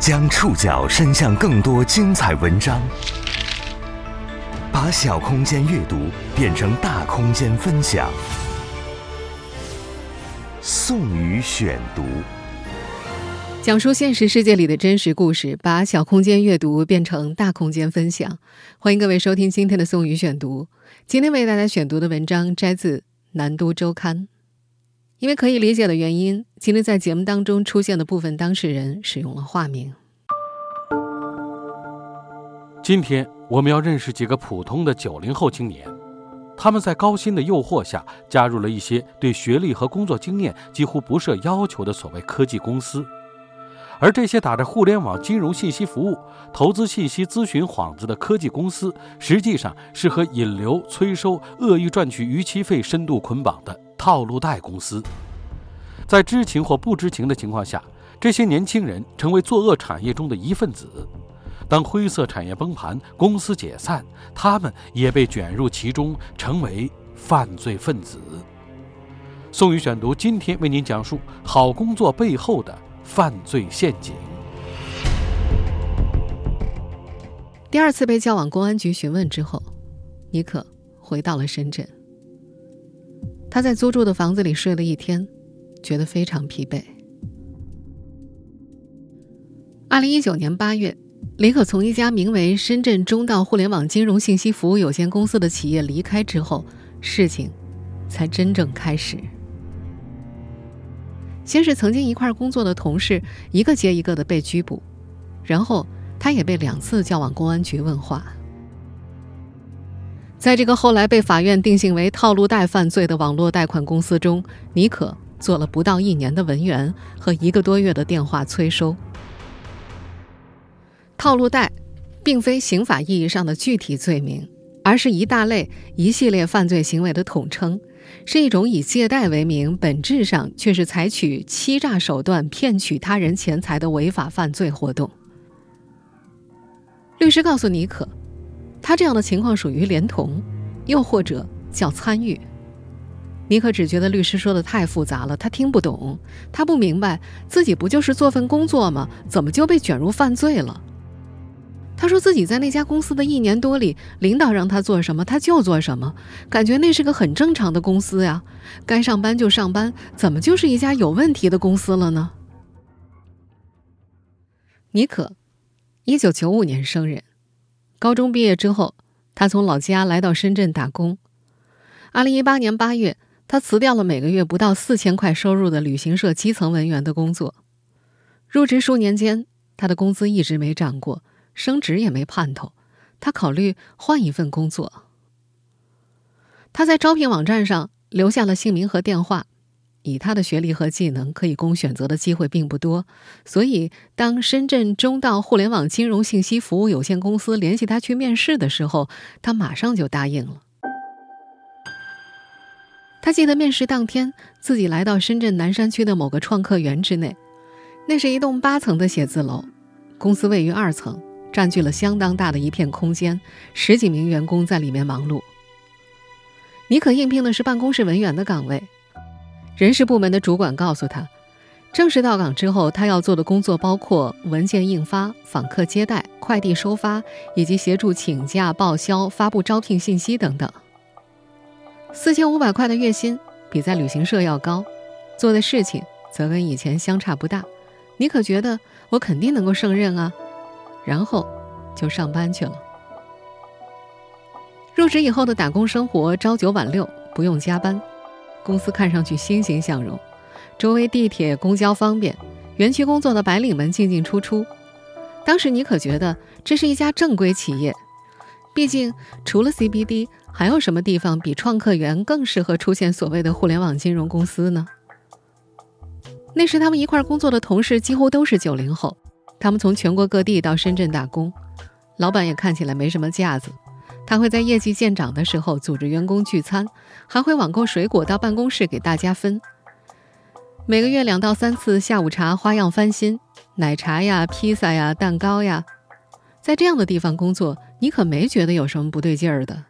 将触角伸向更多精彩文章，把小空间阅读变成大空间分享。宋宇选读， 讲述现实世界里的真实故事，把小空间阅读变成大空间分享。欢迎各位收听今天的宋宇选读。今天为大家选读的文章摘自南都周刊。因为可以理解的原因，今天在节目当中出现的部分当事人使用了化名。 今天我们要认识几个普通的90后青年，他们在高薪的诱惑下加入了一些对学历和工作经验几乎不设要求的所谓科技公司。而这些打着互联网金融信息服务、投资信息咨询幌子的科技公司，实际上是和引流、催收、恶意赚取逾期费深度捆绑的套路贷公司。在知情或不知情的情况下，这些年轻人成为作恶产业中的一份子。当灰色产业崩盘，公司解散，他们也被卷入其中，成为犯罪分子。宋宇选读今天为您讲述好工作背后的犯罪陷阱。 第二次被叫往公安局询问之后，尼克回到了深圳。他在租住的房子里睡了一天，觉得非常疲惫。2019年8月，尼克从一家名为深圳中道互联网金融信息服务有限公司的企业离开之后，事情才真正开始。先是曾经一块工作的同事一个接一个的被拘捕，然后他也被2次叫往公安局问话。在这个后来被法院定性为套路贷犯罪的网络贷款公司中，尼克做了不到1年的文员和1个多月的电话催收。套路贷并非刑法意义上的具体罪名，而是一大类一系列犯罪行为的统称，是一种以借贷为名，本质上却是采取欺诈手段骗取他人钱财的违法犯罪活动。律师告诉尼克，他这样的情况属于连同，又或者叫参与。尼克只觉得律师说的太复杂了，他听不懂，他不明白自己不就是做份工作吗？怎么就被卷入犯罪了？他说自己在那家公司的1年多里，领导让他做什么他就做什么，感觉那是个很正常的公司呀，该上班就上班，怎么就是一家有问题的公司了呢？尼克1995年生人，高中毕业之后，他从老家来到深圳打工。2018年8月，他辞掉了每个月不到4000块收入的旅行社基层文员的工作。入职数年间，他的工资一直没涨过，升职也没盼头，他考虑换一份工作。他在招聘网站上留下了姓名和电话，以他的学历和技能，可以供选择的机会并不多，所以当深圳中道互联网金融信息服务有限公司联系他去面试的时候，他马上就答应了。他记得面试当天，自己来到深圳南山区的某个创客园之内，那是一栋8层的写字楼，公司位于2层，占据了相当大的一片空间，10几名员工在里面忙碌。尼克应聘的是办公室文员的岗位，人事部门的主管告诉他，正式到岗之后，他要做的工作包括文件印发、访客接待、快递收发，以及协助请假、报销、发布招聘信息等等。4500块的月薪比在旅行社要高，做的事情则跟以前相差不大。尼克觉得我肯定能够胜任啊，然后就上班去了。入职以后的打工生活朝9晚6，不用加班，公司看上去欣欣向荣，周围地铁公交方便，园区工作的白领们进进出出。当时尼克觉得这是一家正规企业，毕竟除了 CBD 还有什么地方比创客园更适合出现所谓的互联网金融公司呢？那时他们一块工作的同事几乎都是90后，他们从全国各地到深圳打工，老板也看起来没什么架子，他会在业绩见长的时候组织员工聚餐，还会网购水果到办公室给大家分。每个月2到3次下午茶花样翻新，奶茶呀、披萨呀、蛋糕呀。在这样的地方工作，你可没觉得有什么不对劲儿的。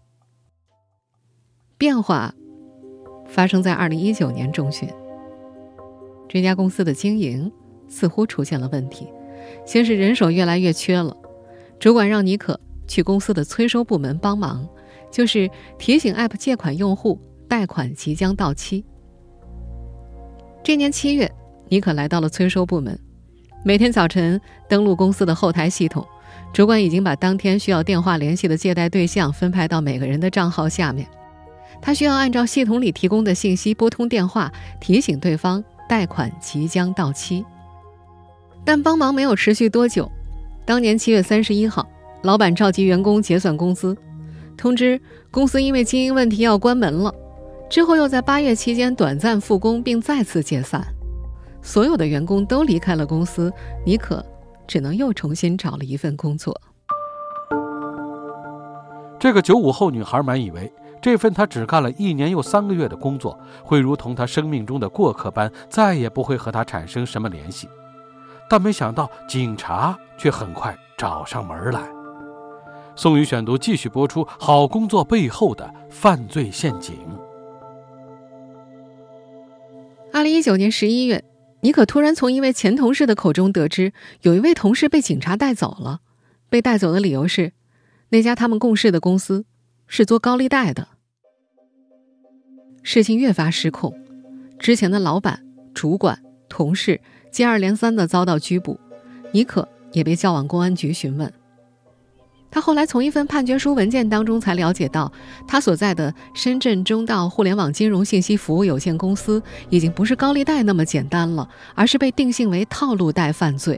变化发生在2019年中旬，这家公司的经营似乎出现了问题， 先是人手越来越缺了，主管让妮可去公司的催收部门帮忙，就是提醒 App 借款用户贷款即将到期。这年7月，妮可来到了催收部门，每天早晨登录公司的后台系统，主管已经把当天需要电话联系的借贷对象分派到每个人的账号下面，他需要按照系统里提供的信息拨通电话，提醒对方贷款即将到期。但帮忙没有持续多久，当年7月31号，老板召集员工结算工资，通知公司因为经营问题要关门了，之后又在8月期间短暂复工并再次解散。所有的员工都离开了公司，妮可只能又重新找了一份工作。 这个95后女孩满以为这份她只干了1年又3个月的工作会如同她生命中的过客般再也不会和她产生什么联系，但没想到警察却很快找上门来。宋宇选读继续播出好工作背后的犯罪陷阱。 2019年11月，妮可突然从一位前同事的口中得知，有一位同事被警察带走了。被带走的理由是，那家他们共事的公司是做高利贷的。事情越发失控，之前的老板、主管、同事接二连三地遭到拘捕，妮可也被叫往公安局询问。他后来从一份判决书文件当中才了解到，他所在的深圳中道互联网金融信息服务有限公司已经不是高利贷那么简单了，而是被定性为套路贷犯罪。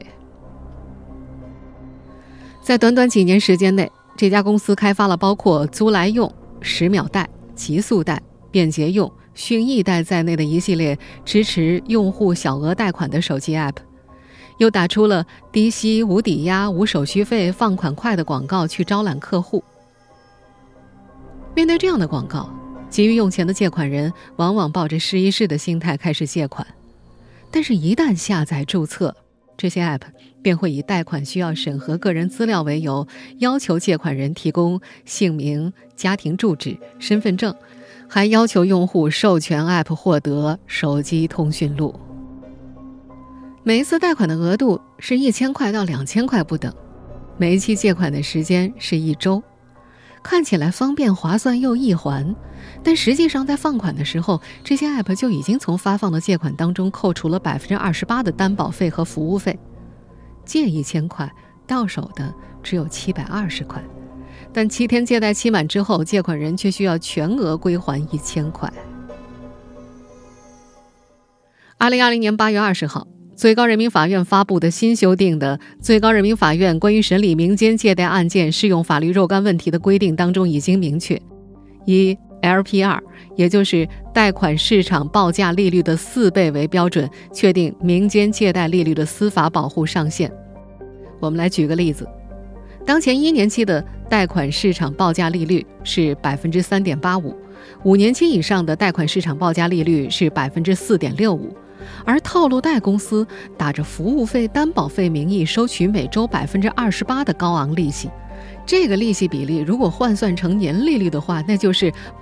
在短短几年时间内，这家公司开发了包括租来用、10秒贷、极速贷、便捷用、迅易贷在内的一系列支持用户小额贷款的手机 App， 又打出了低息、无抵押、无手续费、放款快的广告去招揽客户。面对这样的广告，急于用钱的借款人往往抱着试一试的心态开始借款，但是一旦下载注册，这些 App 便会以贷款需要审核个人资料为由，要求借款人提供姓名、家庭住址、身份证，还要求用户授权 App 获得手机通讯录。每一次贷款的额度是1000块到2000块不等，每一期借款的时间是1周。看起来方便划算又易还，但实际上在放款的时候，这些 App 就已经从发放的借款当中扣除了28%的担保费和服务费。借1000块，到手的只有720块，但7天借贷期满之后，借款人却需要全额归还1000块。2020年8月20号，最高人民法院发布的新修订的《最高人民法院关于审理民间借贷案件适用法律若干问题的规定》当中已经明确，以 LPR， 也就是贷款市场报价利率的4倍为标准，确定民间借贷利率的司法保护上限。我们来举个例子，当前1年期的贷款市场报价利率是 3.85%， 5年期以上的贷款市场报价利率是 4.65%，而套路贷公司打着服务费、担保费名义收取每周 28% 的高昂利息，这个利息比例如果换算成年利率的话，那就是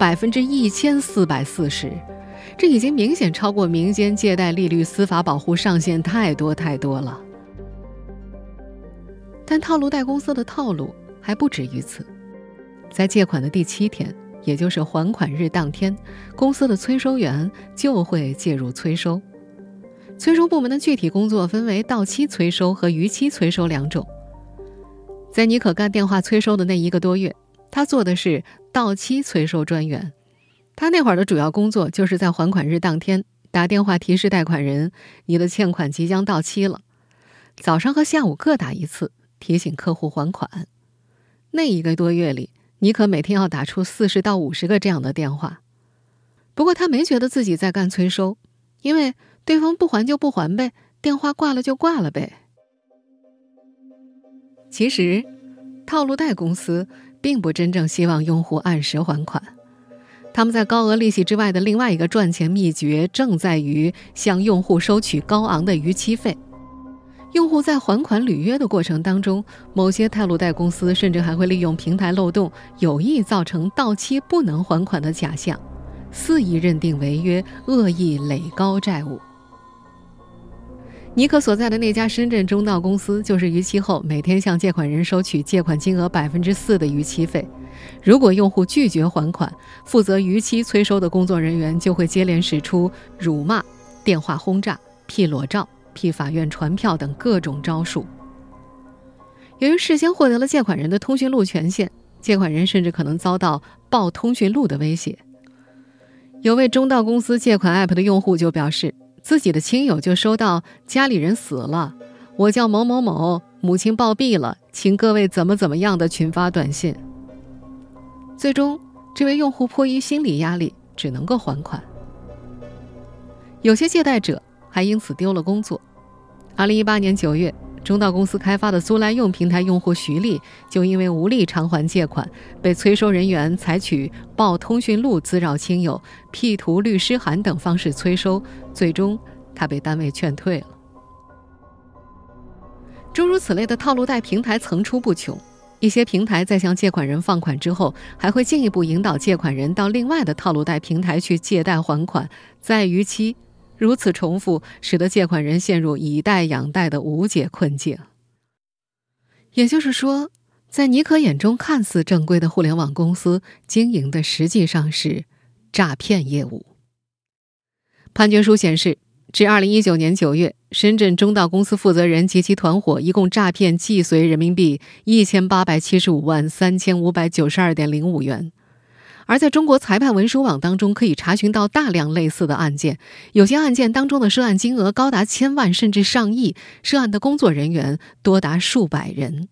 1440%， 这已经明显超过民间借贷利率司法保护上限太多了。但套路贷公司的套路还不止于此，在借款的第7天，也就是还款日当天，公司的催收员就会介入催收。催收部门的具体工作分为到期催收和逾期催收2种。在妮可干电话催收的那1个多月，他做的是到期催收专员。他那会儿的主要工作就是在还款日当天打电话提示贷款人，你的欠款即将到期了。早上和下午各打1次，提醒客户还款。那1个多月里，妮可每天要打出40到50个这样的电话。不过他没觉得自己在干催收，因为对方不还就不还呗，电话挂了就挂了呗。其实，套路贷公司并不真正希望用户按时还款，他们在高额利息之外的另外一个赚钱秘诀，正在于向用户收取高昂的逾期费。用户在还款履约的过程当中，某些套路贷公司甚至还会利用平台漏洞，有意造成到期不能还款的假象，肆意认定违约，恶意垒高债务。 尼可所在的那家深圳中道公司就是逾期后每天向借款人收取借款金额4%的逾期费。如果用户拒绝还款，负责逾期催收的工作人员就会接连使出辱骂、电话轰炸、P裸照、P法院传票等各种招数。由于事先获得了借款人的通讯录权限，借款人甚至可能遭到报通讯录的威胁。有位中道公司借款 App 的用户就表示，自己的亲友就收到家里人死了，我叫某某某，母亲暴毙了，请各位怎么样的群发短信。最终，这位用户迫于心理压力，只能够还款。有些借贷者还因此丢了工作。2018年9月，中道公司开发的租来用平台用户徐丽就因为无力偿还借款，被催收人员采取报通讯录滋扰亲友、P图律师函等方式催收，最终他被单位劝退了。诸如此类的套路贷平台层出不穷，一些平台在向借款人放款之后，还会进一步引导借款人到另外的套路贷平台去借贷还款，再逾期，如此重复，使得借款人陷入以贷养贷的无解困境。也就是说，在尼可眼中看似正规的互联网公司，经营的实际上是诈骗业务。判决书显示，至2019年9月，深圳中道公司负责人及其团伙一共诈骗既遂人民币18753592.05元。而在中国裁判文书网当中，可以查询到大量类似的案件，有些案件当中的涉案金额高达千万甚至上亿，涉案的工作人员多达数百人。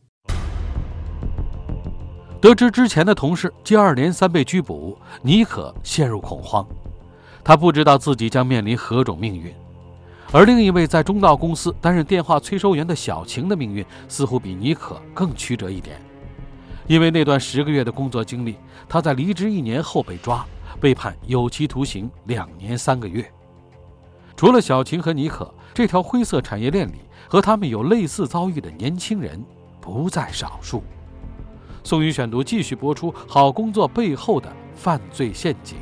得知之前的同事接二连三被拘捕，尼可陷入恐慌，他不知道自己将面临何种命运。而另一位在中道公司担任电话催收员的小晴的命运似乎比尼可更曲折一点。因为那段10个月的工作经历，他在离职1年后被抓，被判有期徒刑2年3个月。除了小晴和尼可，这条灰色产业链里和他们有类似遭遇的年轻人不在少数。宋宇选读继续播出好工作背后的犯罪陷阱。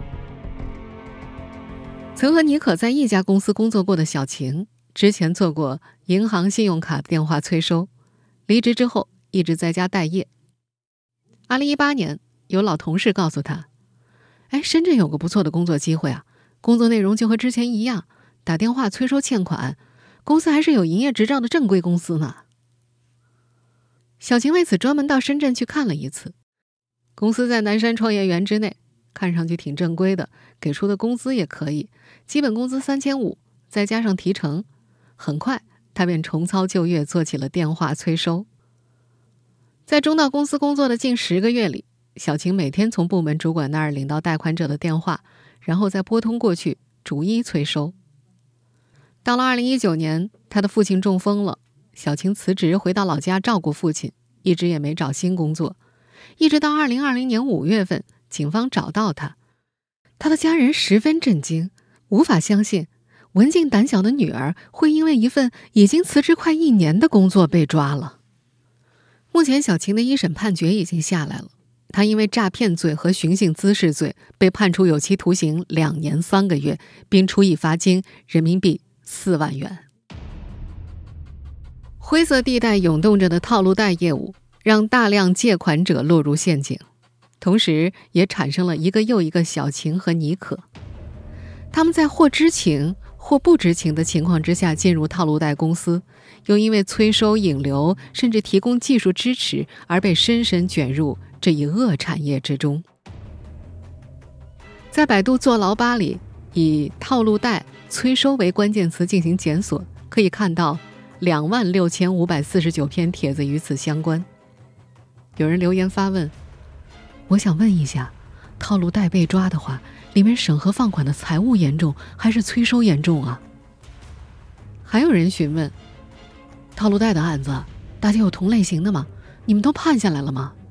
曾和尼可在一家公司工作过的小晴，之前做过银行信用卡电话催收，离职之后一直在家待业。2018年，有老同事告诉他，深圳有个不错的工作机会啊，工作内容就和之前一样，打电话催收欠款，公司还是有营业执照的正规公司呢。小晴为此专门到深圳去看了一次，公司在南山创业园之内，看上去挺正规的，给出的工资也可以，基本工资3500，再加上提成，很快他便重操旧业，做起了电话催收。在中道公司工作的近10个月里，小晴每天从部门主管那儿领到贷款者的电话，然后再拨通过去，逐一催收。到了2019年，他的父亲中风了，小晴辞职回到老家照顾父亲，一直也没找新工作。一直到2020年5月份，警方找到他，他的家人十分震惊，无法相信文静胆小的女儿会因为一份已经辞职快1年的工作被抓了。目前小晴的一审判决已经下来了，她因为诈骗罪和寻衅滋事罪被判处有期徒刑2年3个月，并处以罚金人民币4万元。灰色地带涌动着的套路贷业务，让大量借款者落入陷阱，同时也产生了一个又一个小晴和尼可。他们在或知情或不知情的情况之下进入套路贷公司，又因为催收、引流甚至提供技术支持而被深深卷入这一恶产业之中。在百度坐牢吧里，以套路贷、催收为关键词进行检索，可以看到26549篇帖子与此相关。有人留言发问，我想问一下，套路贷被抓的话，里面审核放款的财务严重还是催收严重啊？还有人询问，套路贷的案子大家有同类型的吗？你们都判下来了吗？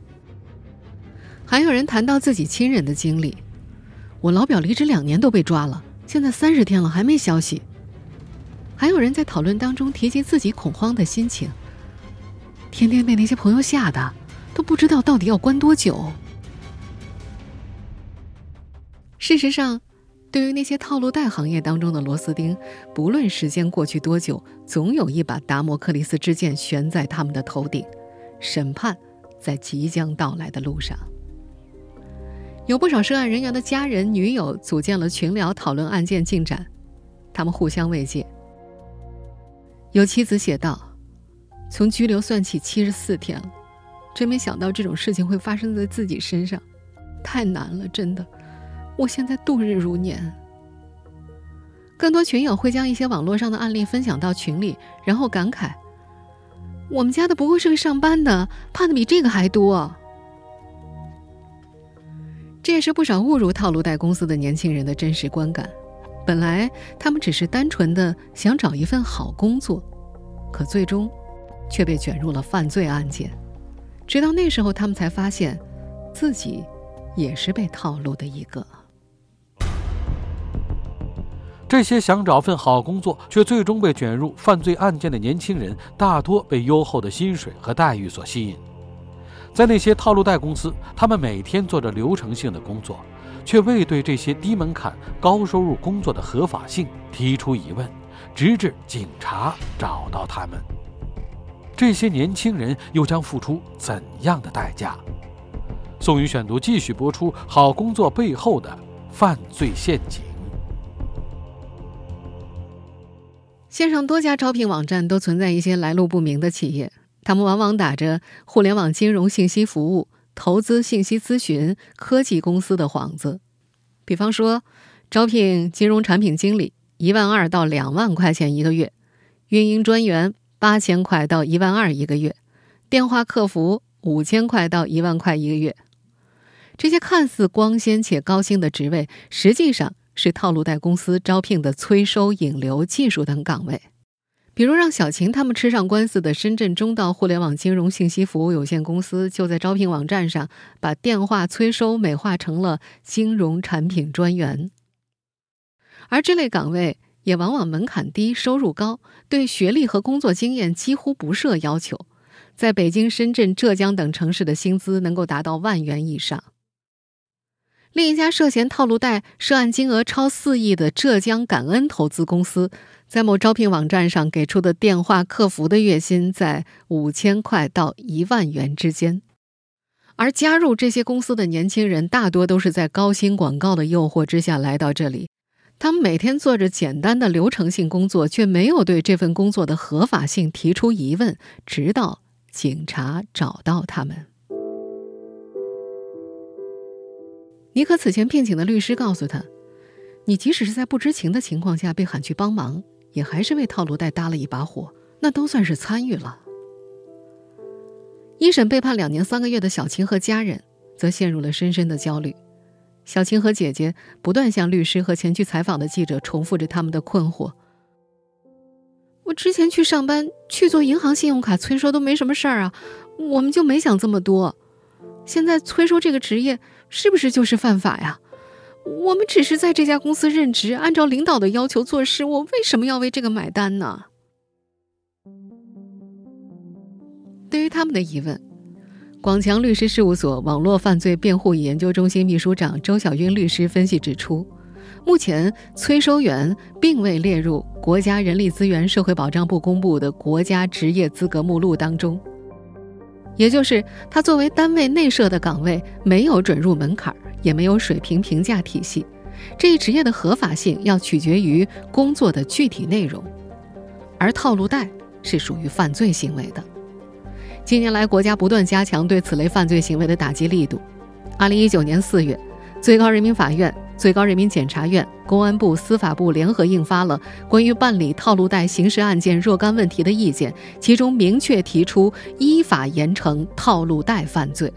还有人谈到自己亲人的经历，我老表离职2年都被抓了，现在30天了还没消息。还有人在讨论当中提及自己恐慌的心情，天天被那些朋友吓的，都不知道到底要关多久。事实上， 对于那些套路贷行业当中的螺丝钉，不论时间过去多久，总有一把达摩克利斯之剑悬在他们的头顶，审判在即将到来的路上。有不少涉案人员的家人、女友组建了群聊讨论案件进展，他们互相慰藉。有妻子写道：从拘留算起74天了，真没想到这种事情会发生在自己身上，太难了，真的，我现在度日如年。更多群友会将一些网络上的案例分享到群里，然后感慨：我们家的不过是个上班的，怕的比这个还多。这也是不少误入套路贷公司的年轻人的真实观感。本来他们只是单纯的想找一份好工作，可最终却被卷入了犯罪案件。直到那时候，他们才发现自己也是被套路的一个。 这些想找份好工作却最终被卷入犯罪案件的年轻人，大多被优厚的薪水和待遇所吸引。在那些套路贷公司，他们每天做着流程性的工作，却未对这些低门槛、高收入工作的合法性提出疑问，直至警察找到他们。这些年轻人又将付出怎样的代价？宋宇选读继续播出好工作背后的犯罪陷阱。 线上多家招聘网站都存在一些来路不明的企业，他们往往打着互联网金融信息服务、投资信息咨询、科技公司的幌子。比方说，招聘金融产品经理12000到2万块钱一个月，运营专员8000块到12000一个月，电话客服5000块到1万块一个月。这些看似光鲜且高薪的职位，实际上是套路贷公司招聘的催收、引流、技术等岗位。比如让小秦他们吃上官司的深圳中道互联网金融信息服务有限公司，就在招聘网站上把电话催收美化成了金融产品专员。而这类岗位也往往门槛低、收入高，对学历和工作经验几乎不设要求，在北京、深圳、浙江等城市的薪资能够达到万元以上。另一家涉嫌套路贷涉案金额超4亿的浙江感恩投资公司，在某招聘网站上给出的电话客服的月薪在5000块到1万元之间。而加入这些公司的年轻人大多都是在高薪广告的诱惑之下来到这里，他们每天做着简单的流程性工作，却没有对这份工作的合法性提出疑问，直到警察找到他们。尼克此前聘请的律师告诉他，你即使是在不知情的情况下被喊去帮忙，也还是为套路贷搭了一把火，那都算是参与了。一审被判2年3个月的小琴和家人则陷入了深深的焦虑。小琴和姐姐不断向律师和前去采访的记者重复着他们的困惑。我之前去上班，去做银行信用卡催收都没什么事儿啊，我们就没想这么多。现在催收这个职业是不是就是犯法呀？我们只是在这家公司任职，按照领导的要求做事，我为什么要为这个买单呢？对于他们的疑问，广强律师事务所网络犯罪辩护与研究中心秘书长周晓晕律师分析指出，目前催收员并未列入国家人力资源社会保障部公布的国家职业资格目录当中，也就是他作为单位内设的岗位没有准入门槛，也没有水平评价体系，这一职业的合法性要取决于工作的具体内容，而套路贷是属于犯罪行为的。近年来，国家不断加强对此类犯罪行为的打击力度。2019年4月，最高人民法院、最高人民检察院、公安部、司法部联合印发了关于办理套路贷刑事案件若干问题的意见，其中明确提出依法严惩套路贷犯罪。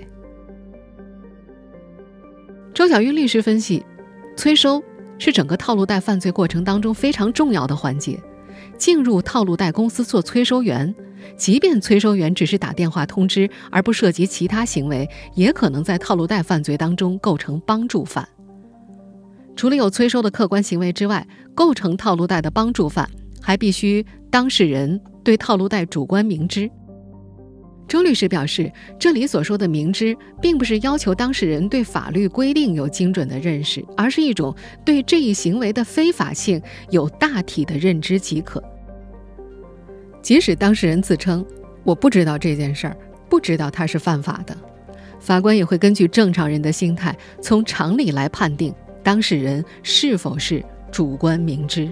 周晓晕律师分析，催收是整个套路贷犯罪过程当中非常重要的环节。进入套路贷公司做催收员，即便催收员只是打电话通知而不涉及其他行为，也可能在套路贷犯罪当中构成帮助犯。除了有催收的客观行为之外，构成套路贷的帮助犯还必须当事人对套路贷主观明知。 周律师表示，这里所说的明知，并不是要求当事人对法律规定有精准的认识，而是一种对这一行为的非法性有大体的认知即可。即使当事人自称我不知道这件事儿，不知道它是犯法的，法官也会根据正常人的心态，从常理来判定当事人是否是主观明知。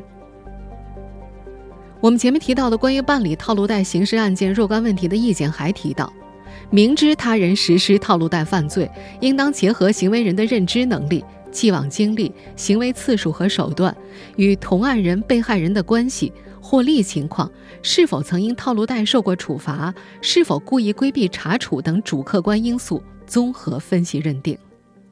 我们前面提到的关于办理套路贷刑事案件若干问题的意见还提到，明知他人实施套路贷犯罪，应当结合行为人的认知能力、既往经历、行为次数和手段，与同案人、被害人的关系、获利情况、是否曾因套路贷受过处罚、是否故意规避查处等主客观因素综合分析认定。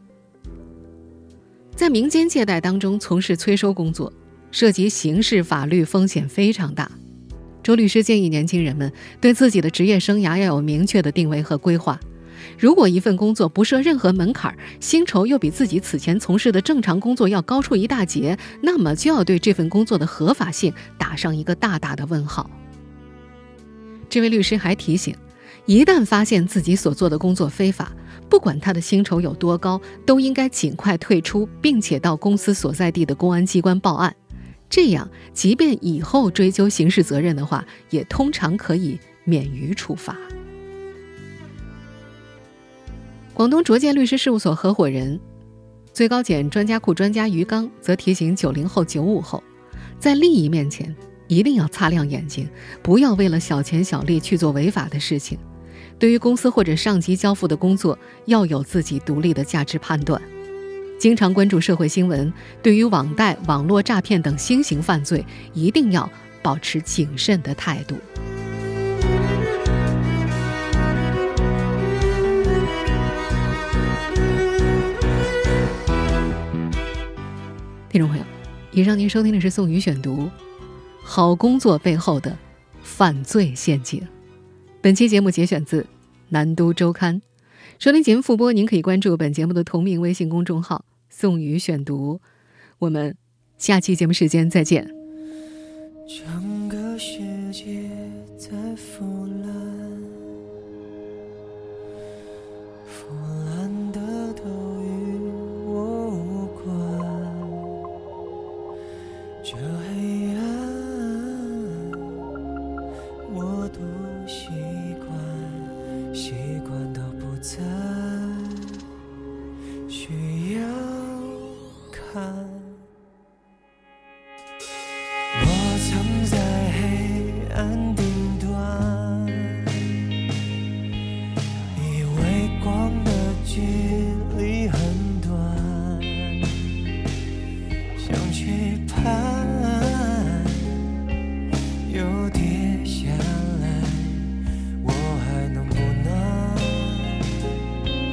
在民间借贷当中从事催收工作，涉及刑事法律风险非常大。周律师建议年轻人们对自己的职业生涯要有明确的定位和规划。如果一份工作不设任何门槛，薪酬又比自己此前从事的正常工作要高出一大截，那么就要对这份工作的合法性打上一个大大的问号。这位律师还提醒，一旦发现自己所做的工作非法，不管他的薪酬有多高，都应该尽快退出，并且到公司所在地的公安机关报案。这样，即便以后追究刑事责任的话，也通常可以免于处罚。广东卓健律师事务所合伙人、最高检专家库专家于刚则提醒90后、95后，在利益面前一定要擦亮眼睛，不要为了小钱小利去做违法的事情。对于公司或者上级交付的工作，要有自己独立的价值判断。经常关注社会新闻，对于网贷、网络诈骗等新型犯罪，一定要保持谨慎的态度。听众朋友，以上您收听的是宋宇选读《好工作背后的犯罪陷阱》。本期节目节选自南都周刊。收听节目复播，您可以关注本节目的同名微信公众号宋宇选读。我们下期节目时间再见。 整个世界在腐烂，腐烂的都与我无关。这黑暗我都习惯都不再需要看。我曾在黑暗顶端，以为光的距离很短，想去攀，又跌下来，我还能不能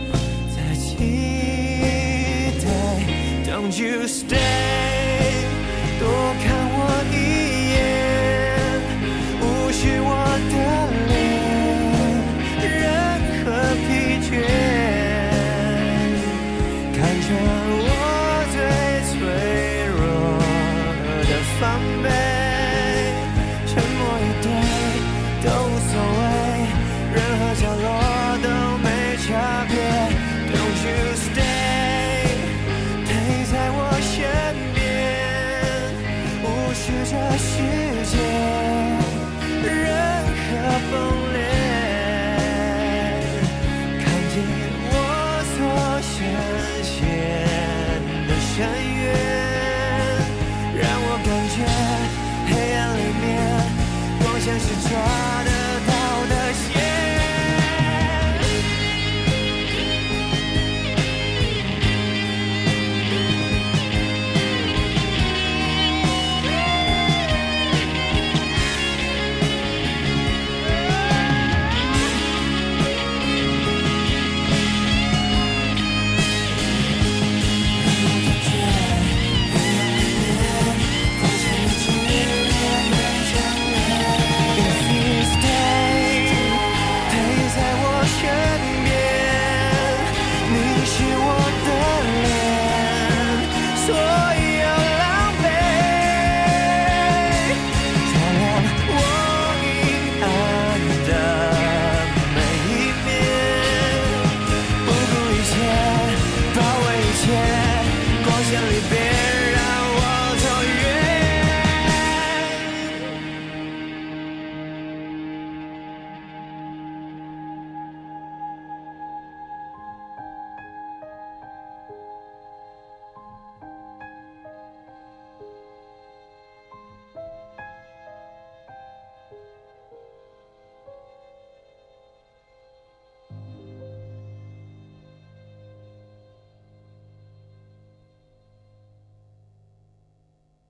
边。